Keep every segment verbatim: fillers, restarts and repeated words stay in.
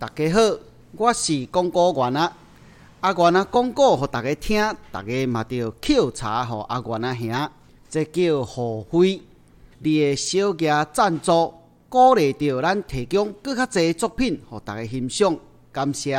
大家好，我是广告员啊。阿元啊，广告给大家听，大家嘛要抾茶给阿元啊兄，这叫互惠。你的小额赞助，鼓励着咱提供更较侪作品给大家欣赏，感谢。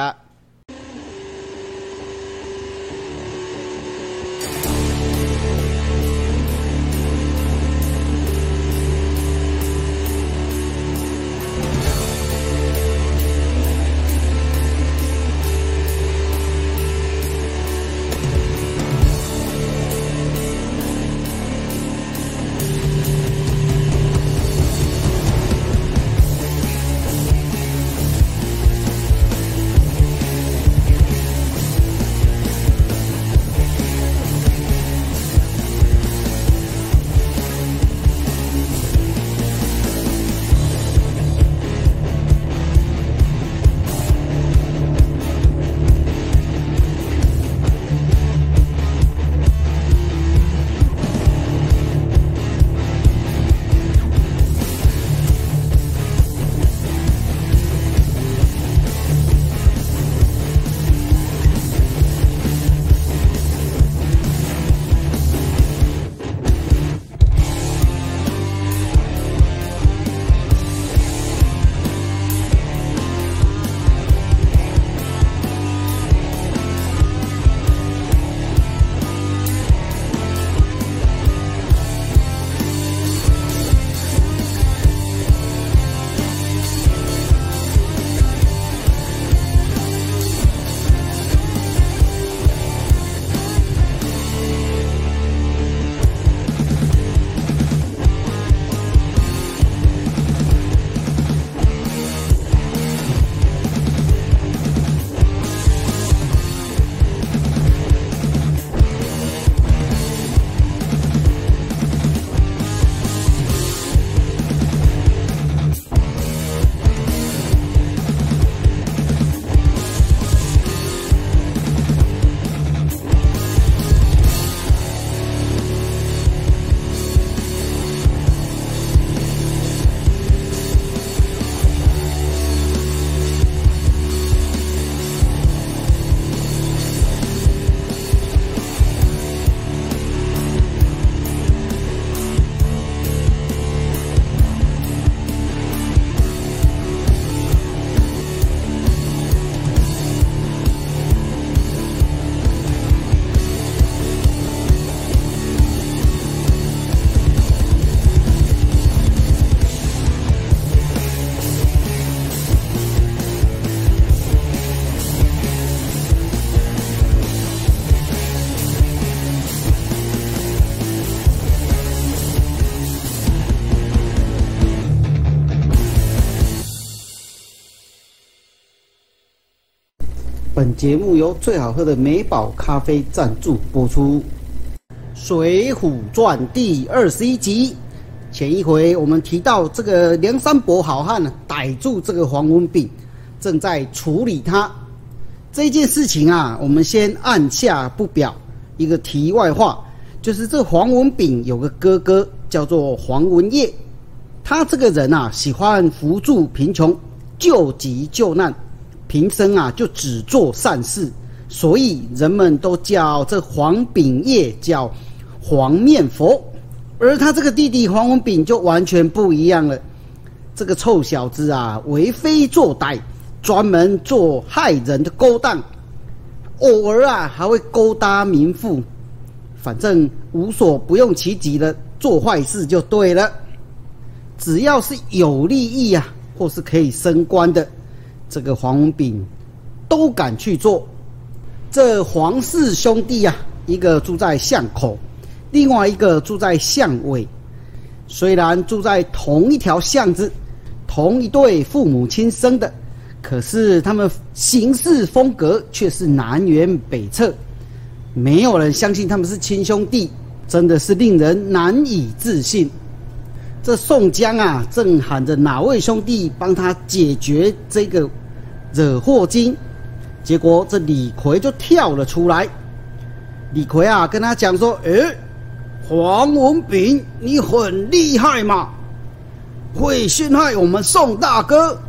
本节目由最好喝的美宝咖啡赞助播出。《水浒传》第二十一集，前一回我们提到这个梁山伯好汉呢，逮住这个黄文炳，正在处理他这件事情啊。我们先按下不表。一个题外话，就是这黄文炳有个哥哥叫做黄文业，他这个人啊，喜欢扶助贫穷，救急救难。平生啊就只做善事，所以人们都叫这黄炳业叫黄面佛。而他这个弟弟黄文炳就完全不一样了，这个臭小子啊，为非作歹，专门做害人的勾当，偶尔啊还会勾搭民妇，反正无所不用其极的做坏事就对了。只要是有利益啊，或是可以升官的，这个黄文炳都敢去做。这黄氏兄弟啊，一个住在巷口，另外一个住在巷尾。虽然住在同一条巷子，同一对父母亲生的，可是他们行事风格却是南辕北辙，没有人相信他们是亲兄弟，真的是令人难以置信。这宋江啊，正喊着哪位兄弟帮他解决这个惹祸精，结果这李逵就跳了出来。李逵啊，跟他讲说：“诶，黄文炳，你很厉害嘛，会陷害我们宋大哥，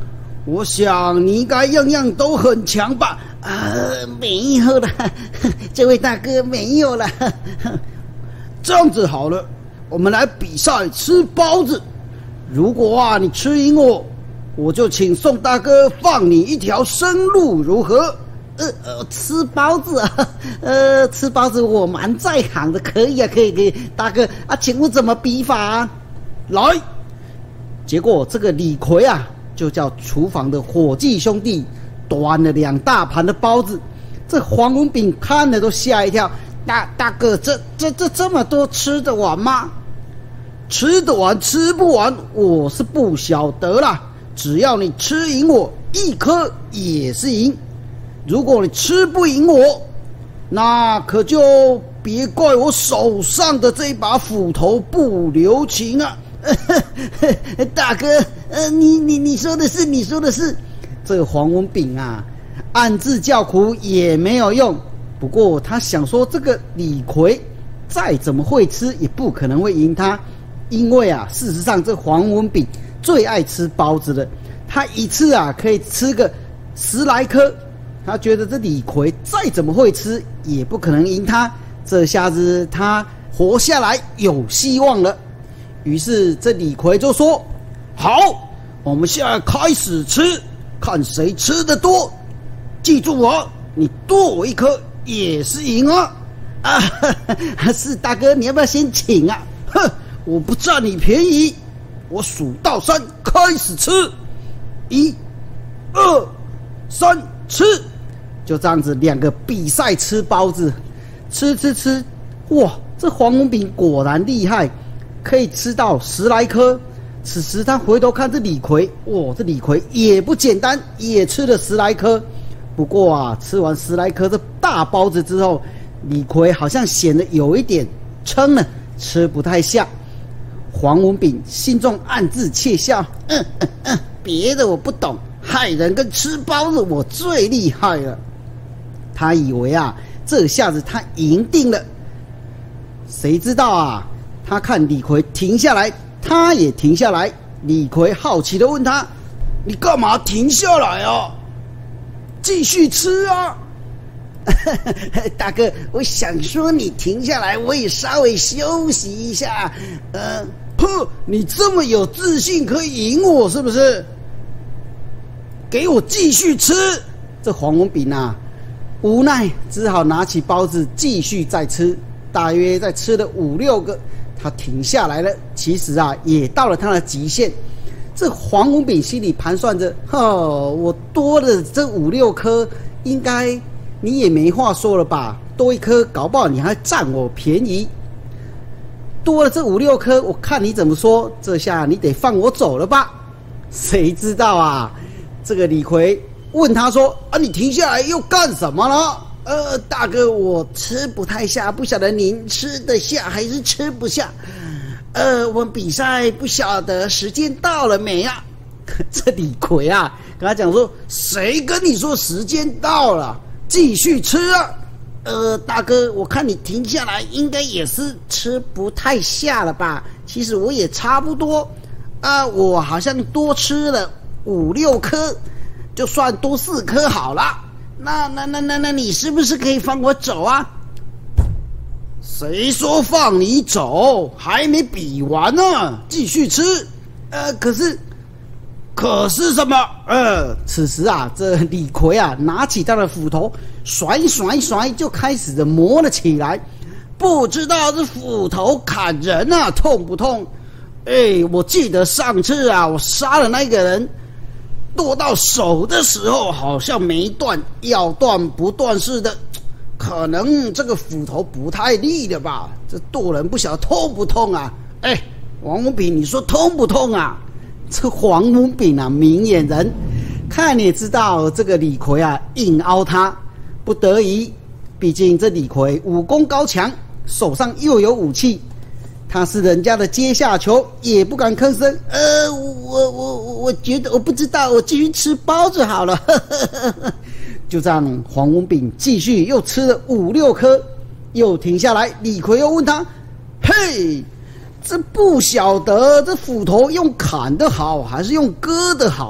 我想你应该样样都很强吧？ 啊，没有了，这位大哥没有了。 这样子好了，我们来比赛吃包子。如果啊你吃赢我，我就请宋大哥放你一条生路，如何？ 呃呃，吃包子啊，呃，吃包子我蛮在行的，可以啊，可以可以，大哥啊，请问怎么比法啊？ 来，结果这个李逵啊，就叫厨房的伙计兄弟端了两大盘的包子，这黄文炳看了都吓一跳。 大大哥，这这这这么多吃得完吗？ 吃得完吃不完，我是不晓得啦。只要你吃赢我一颗也是赢，如果你吃不赢我，那可就别怪我手上的这把斧头不留情啊！ 大哥，呃，你你你说的是，你说的是。 这个黄文炳啊，暗自叫苦也没有用。不过他想说，这个李逵再怎么会吃，也不可能会赢他，因为啊，事实上这黄文炳最爱吃包子了，他一次啊可以吃个十来颗。他觉得这李逵再怎么会吃，也不可能赢他。这下子他活下来有希望了。于是这李逵就说：“好，我们现在开始吃，看谁吃得多。记住我，你多我一颗也是赢啊！” 啊，是大哥，你要不要先请啊？ 哼，我不占你便宜。我数到三，开始吃。一、二、三，吃。就这样子，两个比赛吃包子，吃吃吃，哇！这黄文炳果然厉害，可以吃到十来颗。此时他回头看这李逵，哇，这李逵也不简单，也吃了十来颗。不过啊，吃完十来颗这大包子之后，李逵好像显得有一点撑了，吃不太下。黄文炳心中暗自窃笑， 嗯嗯嗯，别的我不懂，害人跟吃包子我最厉害了。 他以为啊，这下子他赢定了。谁知道啊，他看李逵停下来，他也停下来。李逵好奇地问他：“你干嘛停下来啊？继续吃啊！” 大哥，我想说你停下来，我也稍微休息一下。 呃，呵，你这么有自信，可以赢我是不是？给我继续吃！这黄文炳啊，无奈只好拿起包子继续再吃。大约再吃了五六个，他停下来了。其实啊，也到了他的极限。这黄文炳心里盘算着：呵，我多了这五六颗，应该你也没话说了吧？多一颗，搞不好你还占我便宜。多了这五六颗，我看你怎么说。这下你得放我走了吧？谁知道啊？这个李逵问他说：“啊，你停下来又干什么了？” 呃，大哥，我吃不太下，不晓得您吃得下还是吃不下。呃，我们比赛不晓得时间到了没啊？ 这李逵啊，跟他讲说：“谁跟你说时间到了？继续吃啊！” 呃，大哥，我看你停下来，应该也是吃不太下了吧？其实我也差不多啊、呃，我好像多吃了五六颗，就算多四颗好了。那那那那那你是不是可以放我走啊？ 谁说放你走？还没比完呢，继续吃。 呃，可是， 可是什么？呃，此时啊，这李逵啊，拿起他的斧头，甩甩甩，就开始的磨了起来。不知道这斧头砍人啊，痛不痛？哎，我记得上次啊，我杀了那个人。剁到手的时候好像没断，要断不断似的，可能这个斧头不太利的吧？这剁人不晓得痛不痛啊？哎，黄文炳，你说痛不痛啊？这黄文炳啊，明眼人，看也知道这个李逵啊，硬凹他，不得已，毕竟这李逵武功高强，手上又有武器。他是人家的阶下囚，也不敢吭声。 呃，我我我觉得我不知道，我继续吃包子好了。 就这样，黄文炳继续又吃了五六颗，又停下来。李逵又问他：“嘿，这不晓得这斧头用砍的好，还是用割的好？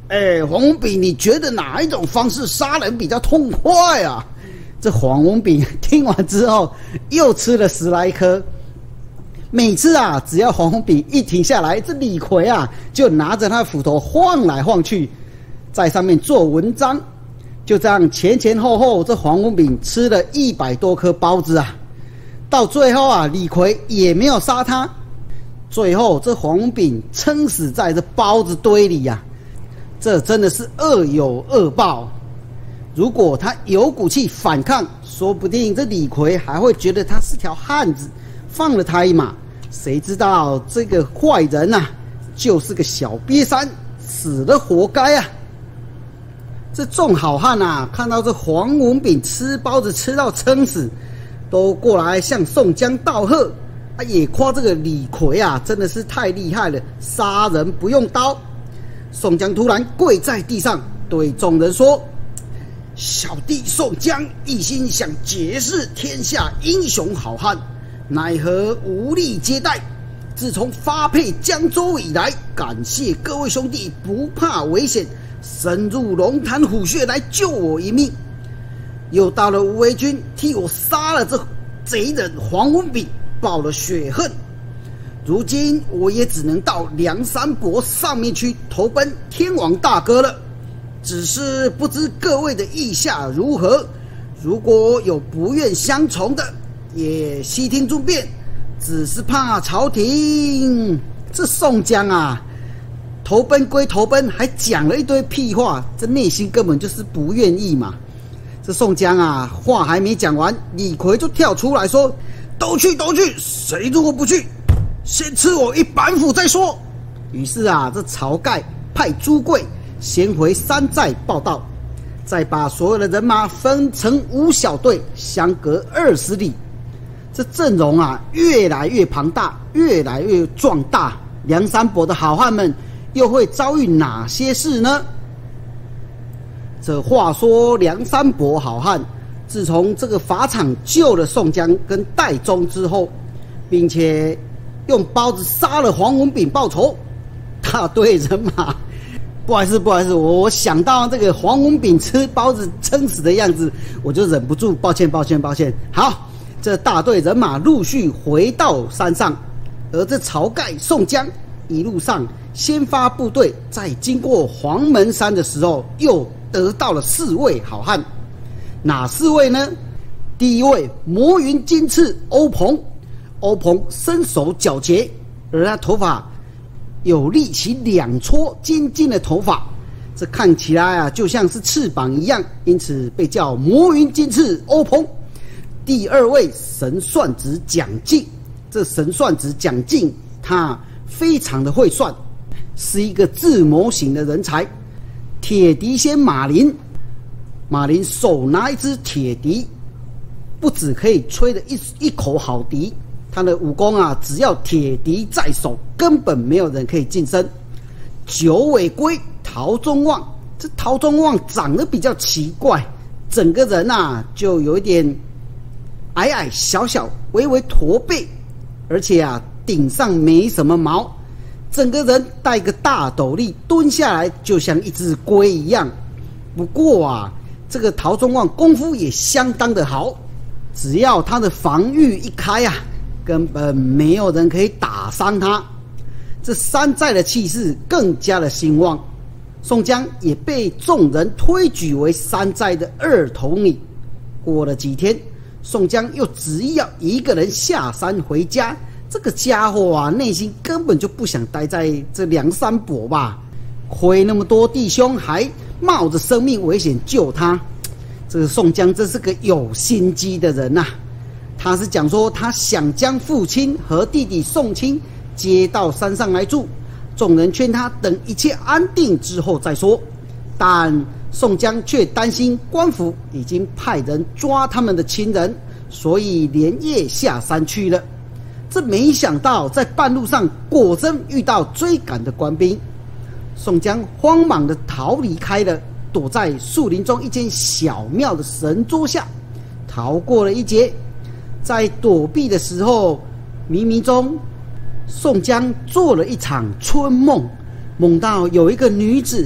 哎，黄文炳，你觉得哪一种方式杀人比较痛快啊？这黄文炳听完之后，又吃了十来颗。每次啊，只要黄文炳一停下来，这李逵啊，就拿着他的斧头晃来晃去，在上面做文章。就这样前前后后，这黄文炳吃了一百多颗包子啊。到最后啊，李逵也没有杀他。最后，这黄文炳撑死在这包子堆里呀、啊。这真的是恶有恶报。如果他有骨气反抗，说不定这李逵还会觉得他是条汉子，放了他一马。谁知道这个坏人啊，就是个小瘪三，死了活该啊！这众好汉啊，看到这黄文炳吃包子吃到撑死，都过来向宋江道贺，啊，也夸这个李逵啊，真的是太厉害了，杀人不用刀。宋江突然跪在地上，对众人说：“小弟宋江一心想结识天下英雄好汉，奈何无力接待。自从发配江州以来，感谢各位兄弟不怕危险，深入龙潭虎穴来救我一命。又到了吴为军替我杀了这贼人黄文炳，报了血恨。如今我也只能到梁山伯上面去投奔天王大哥了。只是不知各位的意下如何？如果有不愿相从的，也悉听尊便。只是怕朝廷……这宋江啊，投奔归投奔，还讲了一堆屁话，这内心根本就是不愿意嘛。这宋江啊，话还没讲完，李逵就跳出来说：“都去，都去！谁如果不去，先吃我一板斧再说。”于是啊，这晁盖派朱贵先回山寨报道，再把所有的人马分成五小队，相隔二十里。这阵容啊，越来越庞大，越来越壮大。梁山伯的好汉们又会遭遇哪些事呢？这话说梁山伯好汉自从这个法场救了宋江跟戴宗之后，并且用包子杀了黄文炳报仇，大队人马，不好意思不好意思，我我想到这个黄文炳吃包子撑死的样子，我就忍不住，抱歉抱歉抱歉。好，这大队人马陆续回到山上，而这晁盖、宋江一路上先发部队，在经过黄门山的时候，又得到了四位好汉。哪四位呢？第一位魔云金翅欧鹏，欧鹏身手矫捷，而他头发有立起两撮尖尖的头发，这看起来啊就像是翅膀一样，因此被叫魔云金翅欧鹏。第二位神算子蒋敬，这神算子蒋敬他非常的会算，是一个智谋型的人才。铁笛仙马林，马林手拿一支铁笛，不只可以吹得一一口好笛，他的武功啊，只要铁笛在手，根本没有人可以近身。九尾龟陶宗旺，这陶宗旺长得比较奇怪，整个人啊就有一点矮矮小小，微微驼背，而且啊顶上没什么毛，整个人戴个大斗笠，蹲下来就像一只龟一样。不过啊，这个陶宗旺功夫也相当的好，只要他的防御一开啊，根本没有人可以打伤他。这山寨的气势更加的兴旺，宋江也被众人推举为山寨的二头领。过了几天，宋江又执意要一个人下山回家。这个家伙啊，内心根本就不想待在这梁山伯吧，亏那么多弟兄还冒着生命危险救他。这个宋江真是个有心机的人啊，他是讲说他想将父亲和弟弟宋清接到山上来住，众人劝他等一切安定之后再说，但宋江却担心官府已经派人抓他们的亲人，所以连夜下山去了。这没想到在半路上果真遇到追赶的官兵，宋江慌忙的逃离开了，躲在树林中一间小庙的神桌下逃过了一劫。在躲避的时候，冥冥中宋江做了一场春梦，梦到有一个女子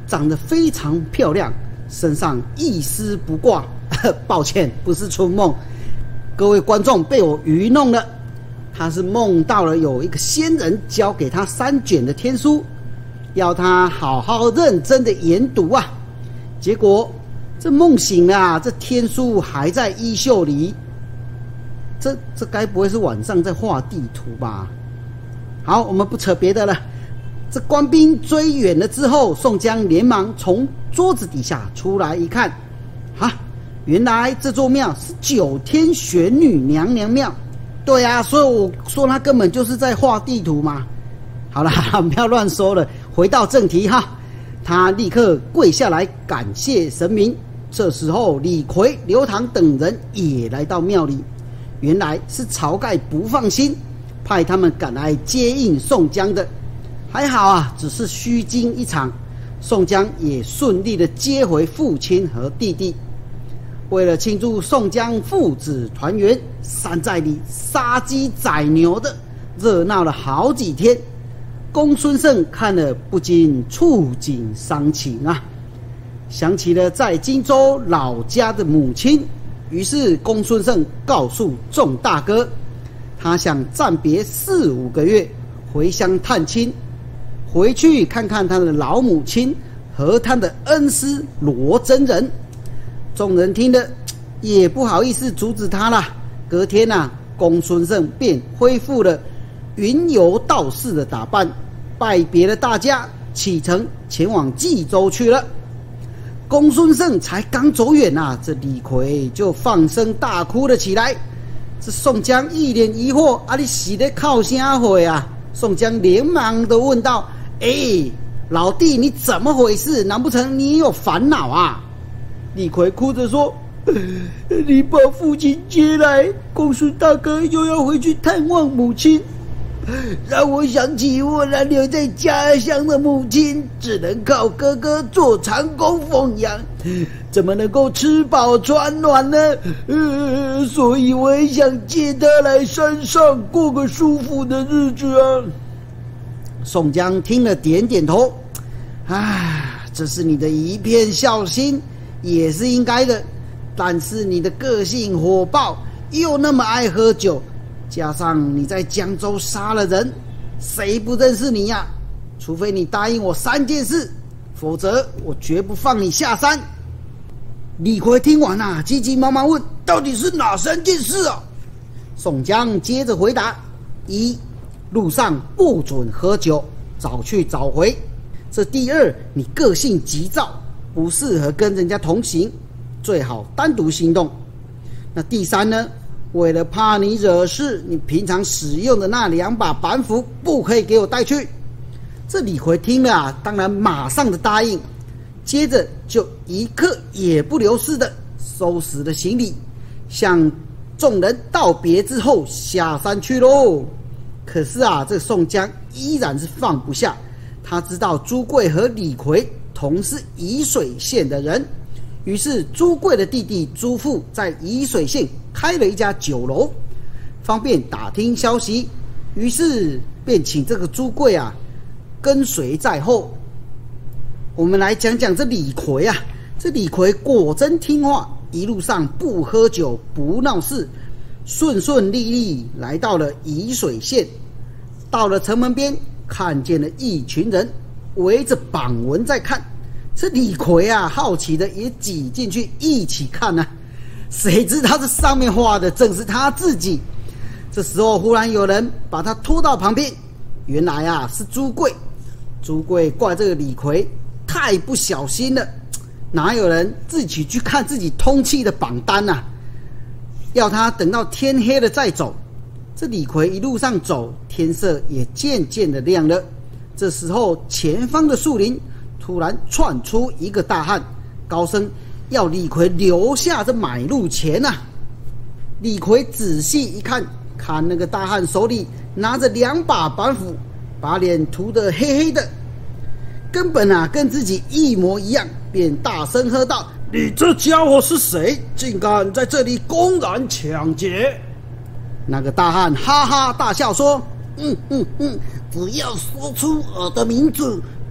长得非常漂亮，身上一丝不挂。抱歉，不是春梦，各位观众被我愚弄了。他是梦到了有一个仙人交给他三卷的天书，要他好好认真的研读啊。结果这梦醒了啊，这天书还在衣袖里。这这该不会是晚上在画地图吧？好，我们不扯别的了。这官兵追远了之后，宋江连忙从桌子底下出来一看，啊，原来这座庙是九天玄女娘娘庙。对啊，所以我说他根本就是在画地图嘛。好了，不要乱说了，回到正题哈。他立刻跪下来感谢神明。这时候李逵、刘唐等人也来到庙里，原来是晁盖不放心，派他们赶来接应宋江的。还好啊，只是虚惊一场，宋江也顺利的接回父亲和弟弟。为了庆祝宋江父子团圆，山寨里杀鸡宰牛的热闹了好几天。公孙胜看了不禁触景伤情啊，想起了在荆州老家的母亲，于是公孙胜告诉众大哥，他想暂别四五个月，回乡探亲，回去看看他的老母亲和他的恩师罗真人。众人听了也不好意思阻止他了。隔天啊，公孙胜便恢复了云游道士的打扮，拜别了大家，启程前往冀州去了。公孙胜才刚走远啊，这李逵就放声大哭了起来。这宋江一脸疑惑，啊，你是在靠啥回啊？宋江连忙的问道：哎，老弟，你怎么回事？难不成你也有烦恼啊？李逵哭着说：你把父亲接来，公孙大哥又要回去探望母亲，让我想起我那留在家乡的母亲，只能靠哥哥做长工奉养，怎么能够吃饱穿暖呢？呃，所以我也想接他来山上过个舒服的日子啊。宋江听了点点头，啊，这是你的一片孝心，也是应该的，但是你的个性火爆，又那么爱喝酒，加上你在江州杀了人，谁不认识你呀？除非你答应我三件事，否则我绝不放你下山。李逵听完啊，急急忙忙问：到底是哪三件事啊？宋江接着回答：一，路上不准喝酒，早去早回。这第二，你个性急躁，不适合跟人家同行，最好单独行动。那第三呢？为了怕你惹事，你平常使用的那两把板斧不可以给我带去。这李逵听了啊，当然马上的答应，接着就一刻也不留失的收拾了行李，向众人道别之后下山去喽。可是啊，这宋江依然是放不下，他知道朱贵和李逵同是沂水县的人，于是朱贵的弟弟朱富在沂水县开了一家酒楼，方便打听消息，于是便请这个朱贵啊跟随在后。我们来讲讲这李逵啊，这李逵果真听话，一路上不喝酒不闹事，顺顺利利来到了沂水县。到了城门边，看见了一群人围着榜文在看。这李逵啊，好奇的也挤进去一起看啊，谁知道这上面画的正是他自己。这时候忽然有人把他拖到旁边，原来啊是朱贵。朱贵怪这个李逵太不小心了，哪有人自己去看自己通缉的榜单啊，要他等到天黑了再走。这李逵一路上走，天色也渐渐的亮了。这时候前方的树林突然窜出一个大汉，高声要李逵留下这买路钱啊。李逵仔细一看，看那个大汉手里拿着两把板斧，把脸涂得黑黑的，根本啊跟自己一模一样，便大声喝道：你这家伙是谁？竟敢在这里公然抢劫！那个大汉哈哈大笑说：嗯嗯嗯，只要说出我的名字，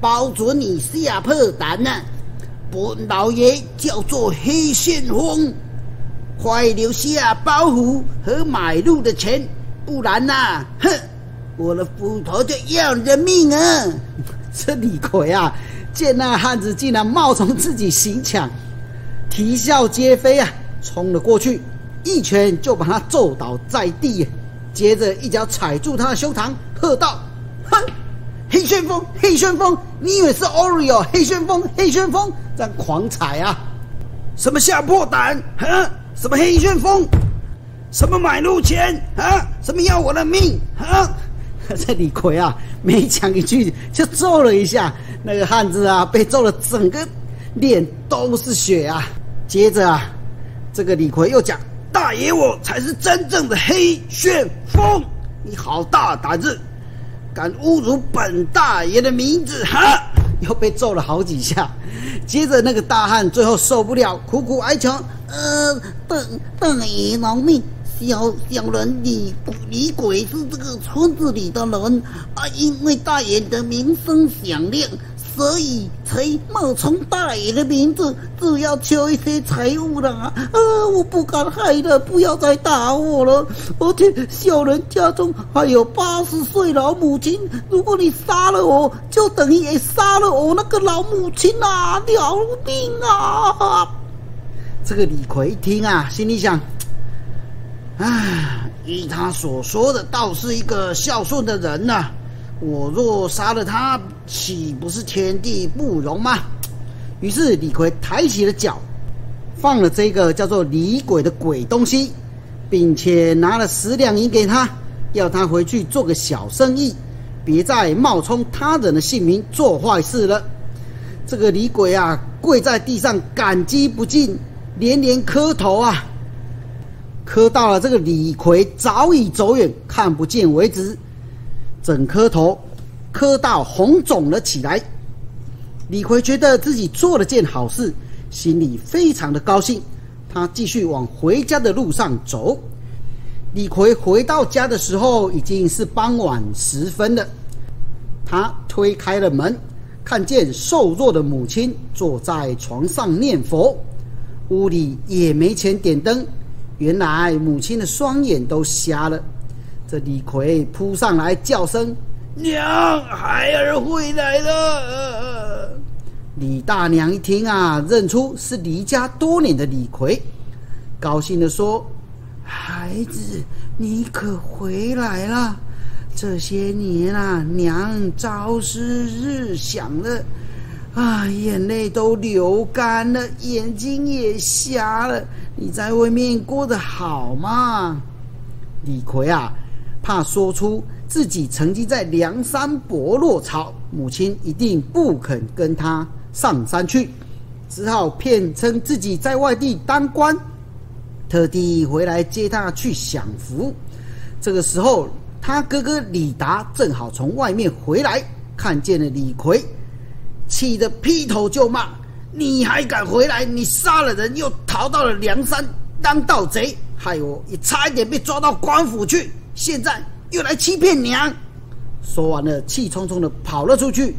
包准你吓破胆呐、啊！本老爷叫做黑旋风，快留下包袱和买路的钱，不然呐、啊，哼，我的斧头就要你的命啊！ 这李逵啊，见那汉子竟然冒充自己行抢，啼笑皆非啊，冲了过去，一拳就把他揍倒在地，接着一脚踩住他的胸膛，喝道：“哼！黑旋风，黑旋风，你以为是 Oreo？ 黑旋风，黑旋风，这样狂踩啊！ 什么吓破胆啊？什么黑旋风？什么买路钱啊？什么要我的命啊？” 这李逵啊，没讲一句就揍了一下那个汉子啊，被揍了整个脸都是血啊。接着啊，这个李逵又讲：“ 大爷，我才是真正的黑旋风！你好大胆子，敢侮辱本大爷的名字！”哈， 又被揍了好几下。接着那个大汉最后受不了，苦苦哀求：“ 呃，大大爷饶命！小小人李李逵是这个村子里的人啊，因为大爷的名声响亮，所以才冒充大爷的名字，只要求一些财物啦。啊，我不敢害人，不要再打我了。而且小人家中还有八十岁老母亲，如果你杀了我，就等于也杀了我那个老母亲啊，饶命啊！ 这个李逵一听啊，心里想： 啊，依他所说的，倒是一个孝顺的人呐、啊。我若杀了他，岂不是天地不容吗？ 于是李逵抬起了脚，放了这个叫做李鬼的鬼东西，并且拿了十两银给他，要他回去做个小生意，别再冒充他人的姓名做坏事了。这个李鬼啊，跪在地上感激不尽，连连磕头啊。磕到了这个李逵早已走远，看不见为止，整颗头磕到红肿了起来。李逵觉得自己做了件好事，心里非常的高兴。他继续往回家的路上走。李逵回到家的时候已经是傍晚时分了。他推开了门，看见瘦弱的母亲坐在床上念佛，屋里也没钱点灯。原来母亲的双眼都瞎了。这李逵扑上来叫声：“ 娘，孩儿回来了！” 李大娘一听啊，认出是离家多年的李逵，高兴地说：“孩子，你可回来了！这些年啊，娘朝思日想的，啊，眼泪都流干了，眼睛也瞎了。你在外面过得好吗？”李逵啊，怕说出自己曾经在梁山伯落草，母亲一定不肯跟他上山去，只好骗称自己在外地当官，特地回来接他去享福。这个时候，他哥哥李达正好从外面回来，看见了李逵，气得劈头就骂：“你还敢回来？你杀了人，又逃到了梁山当盗贼，害我也差一点被抓到官府去，现在又来欺骗娘！”说完了，气冲冲的跑了出去。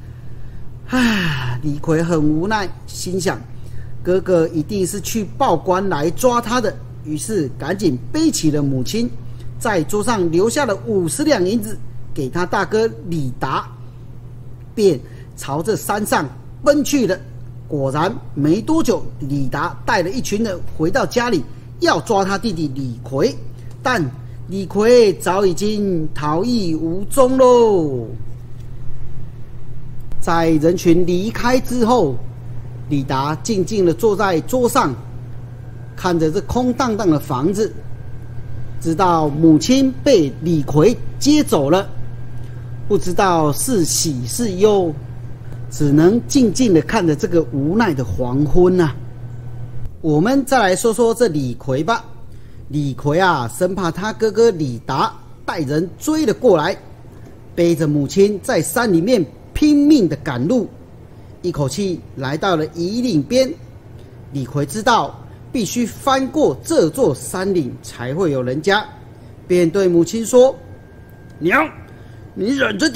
唉，李逵很无奈，心想哥哥一定是去报官来抓他的，于是赶紧背起了母亲，在桌上留下了五十两银子给他大哥李达，便朝着山上奔去了。果然没多久，李达带了一群人回到家里，要抓他弟弟李逵，但李逵早已经逃逸无踪喽。在人群离开之后，李达静静地坐在桌上，看着这空荡荡的房子，知道母亲被李逵接走了，不知道是喜是忧，只能静静地看着这个无奈的黄昏啊。我们再来说说这李逵吧。李逵啊，生怕他哥哥李达带人追了过来，背着母亲在山里面拼命的赶路，一口气来到了夷岭边。李逵知道必须翻过这座山岭才会有人家，便对母亲说：“ 娘，你忍着点，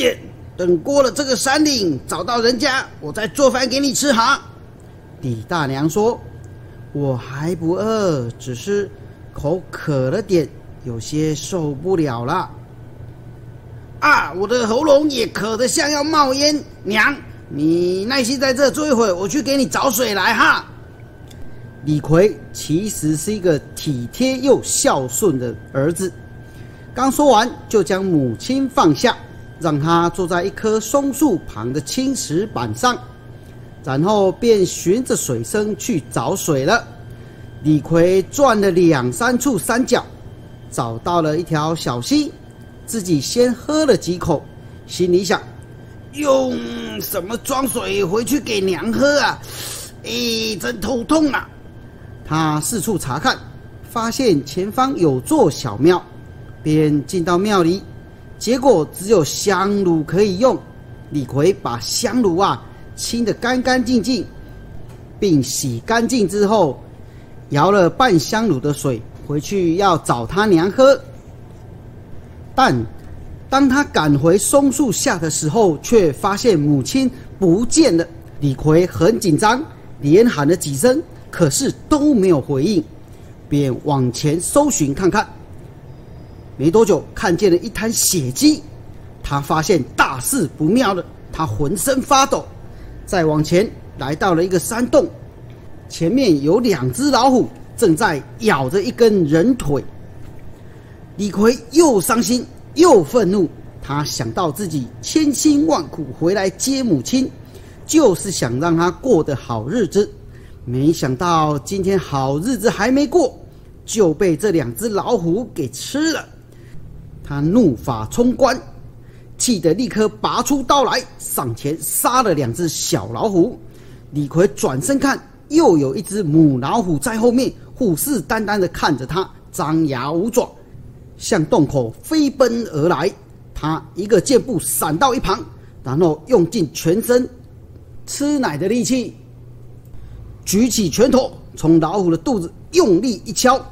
等过了这个山岭，找到人家，我再做饭给你吃哈。 李大娘说：“我还不饿，只是口渴了点，有些受不了了。” 啊，我的喉咙也渴得像要冒烟，娘，你耐心在这坐一会儿，我去给你找水来哈。 李逵其实是一个体贴又孝顺的儿子，刚说完就将母亲放下，让她坐在一棵松树旁的青石板上，然后便循着水声去找水了。李逵转了两三处山脚，找到了一条小溪，自己先喝了几口，心里想： 用什么装水回去给娘喝啊？哎，真头痛啊！ 他四处查看，发现前方有座小庙，便进到庙里，结果只有香炉可以用。李逵把香炉啊清得干干净净，并洗干净之后，舀了半香炉的水回去要找他娘喝。但当他赶回松树下的时候，却发现母亲不见了。李逵很紧张，连喊了几声，可是都没有回应，便往前搜寻看看。没多久，看见了一滩血迹，他发现大事不妙了，他浑身发抖。再往前，来到了一个山洞，前面有两只老虎正在咬着一根人腿。李逵又伤心又愤怒，他想到自己千辛万苦回来接母亲，就是想让她过得好日子，没想到今天好日子还没过，就被这两只老虎给吃了。他怒发冲冠，气得立刻拔出刀来，上前杀了两只小老虎。李逵转身看，又有一只母老虎在后面虎视眈眈地看着他，张牙舞爪，向洞口飞奔而来。他一个箭步闪到一旁，然后用尽全身吃奶的力气，举起拳头从老虎的肚子用力一敲，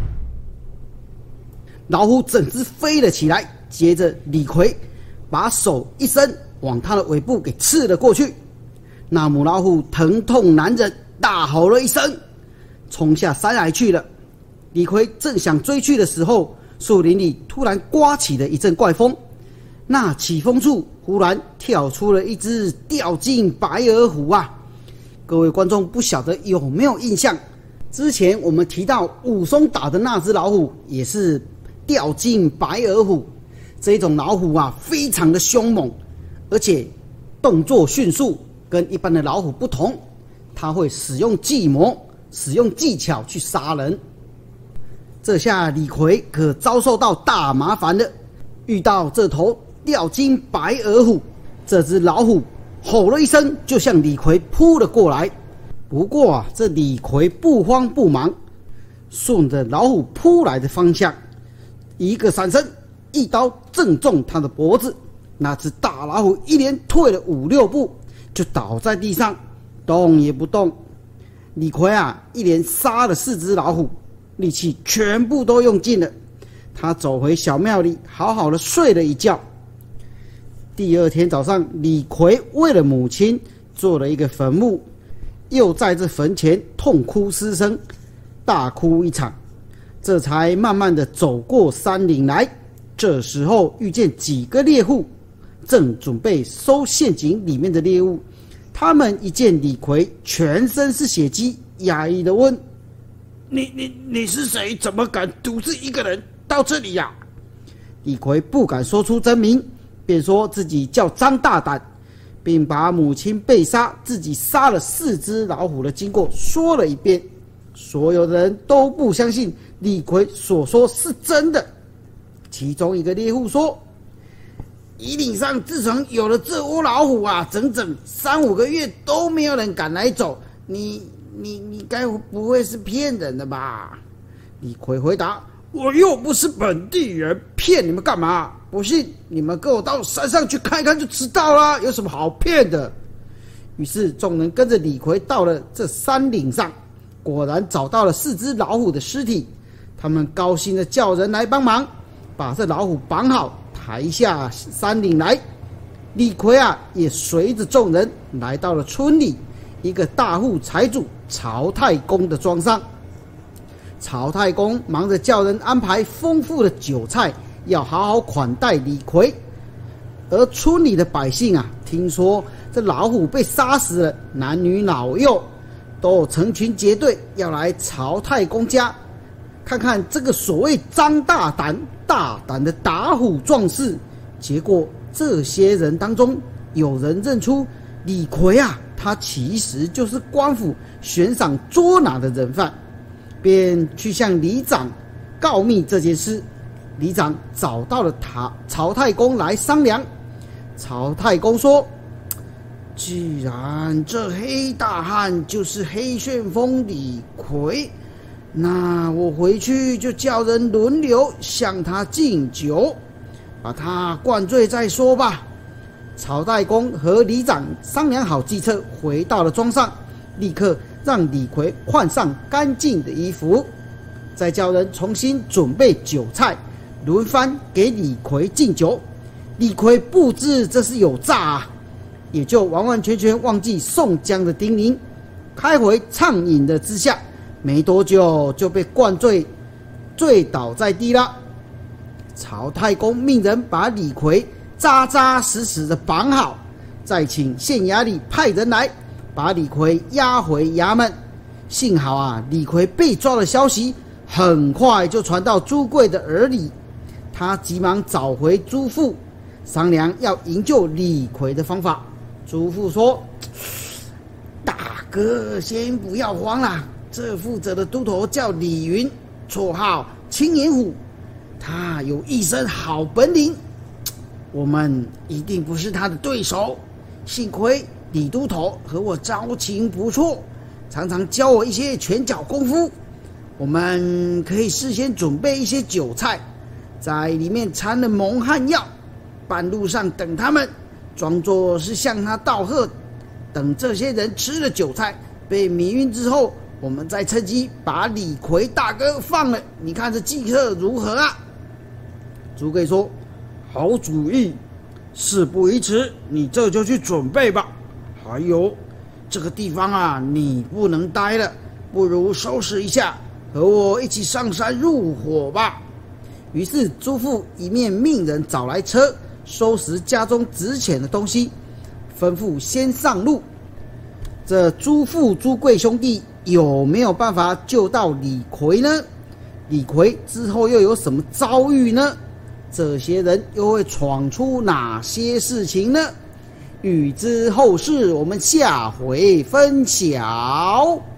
老虎整只飞了起来。接着李逵把手一伸，往他的尾部给刺了过去。那母老虎疼痛难忍，大吼了一声，冲下山来去了。李逵正想追去的时候，树林里突然刮起了一阵怪风，那起风处忽然跳出了一只吊颈白额虎啊！各位观众不晓得有没有印象，之前我们提到武松打的那只老虎也是吊颈白额虎。这种老虎啊非常的凶猛，而且动作迅速，跟一般的老虎不同，它会使用计谋，使用技巧去杀人。这下李逵可遭受到大麻烦了，遇到这头吊颈白额虎，这只老虎吼了一声，就向李逵扑了过来。不过啊，这李逵不慌不忙，顺着老虎扑来的方向，一个闪身，一刀正中他的脖子。那只大老虎一连退了五六步，就倒在地上，动也不动。李逵啊，一连杀了四只老虎，力气全部都用尽了。他走回小庙里，好好的睡了一觉。第二天早上，李逵为了母亲做了一个坟墓，又在这坟前痛哭失声，大哭一场，这才慢慢的走过山岭来。这时候遇见几个猎户，正准备收陷阱里面的猎物。他们一见李逵全身是血迹，压抑的问： 你你你是谁？怎么敢独自一个人到这里呀、啊？ 李逵不敢说出真名，便说自己叫张大胆，并把母亲被杀，自己杀了四只老虎的经过说了一遍。所有的人都不相信李逵所说是真的。其中一个猎户说： 夷岭上自从有了这窝老虎啊，整整三五个月都没有人敢来走，你你你该不会是骗人的吧？ 李逵回答： 我又不是本地人，骗你们干嘛？不信你们跟我到山上去看一看就知道啦，有什么好骗的？ 于是众人跟着李逵到了这山岭上，果然找到了四只老虎的尸体。他们高兴的叫人来帮忙，把这老虎绑好，抬下山岭来。 李逵啊，也随着众人来到了村里一个大户财主曹太公的庄上。曹太公忙着叫人安排丰富的酒菜，要好好款待李逵。而村里的百姓啊，听说这老虎被杀死了，男女老幼都成群结队要来曹太公家，看看这个所谓张大胆、大胆的打虎壮士。结果这些人当中，有人认出李逵啊，他其实就是官府悬赏捉拿的人犯，便去向里长告密这件事。里长找到了他曹太公来商量。曹太公说：“既然这黑大汉就是黑旋风李逵，那我回去就叫人轮流向他敬酒，把他灌醉再说吧。”曹太公和里长商量好计策，回到了庄上，立刻让李逵换上干净的衣服，再叫人重新准备酒菜，轮番给李逵敬酒。李逵不知这是有诈啊，也就完完全全忘记宋江的叮咛，开回畅饮的之下，没多久就被灌醉，醉倒在地了。曹太公命人把李逵扎扎实实的绑好，再请县衙里派人来把李逵押回衙门。幸好啊，李逵被抓的消息很快就传到朱贵的耳里，他急忙找回朱父，商量要营救李逵的方法。朱父说：“大哥先不要慌啦，这负责的都头叫李云，绰号青眼虎，他有一身好本领，我们一定不是他的对手。幸亏李都头和我交情不错，常常教我一些拳脚功夫。我们可以事先准备一些酒菜，在里面掺了蒙汗药，半路上等他们，装作是向他道贺。等这些人吃了酒菜，被迷晕之后，我们再趁机把李逵大哥放了。你看这计策如何啊？”朱贵说：“好主意，事不宜迟，你这就去准备吧。还有，这个地方啊，你不能待了，不如收拾一下，和我一起上山入伙吧。”于是朱父一面命人找来车，收拾家中值钱的东西，吩咐先上路。这朱父、朱贵兄弟有没有办法救到李逵呢？李逵之后又有什么遭遇呢？这些人又会闯出哪些事情呢？欲知后事，我们下回分晓。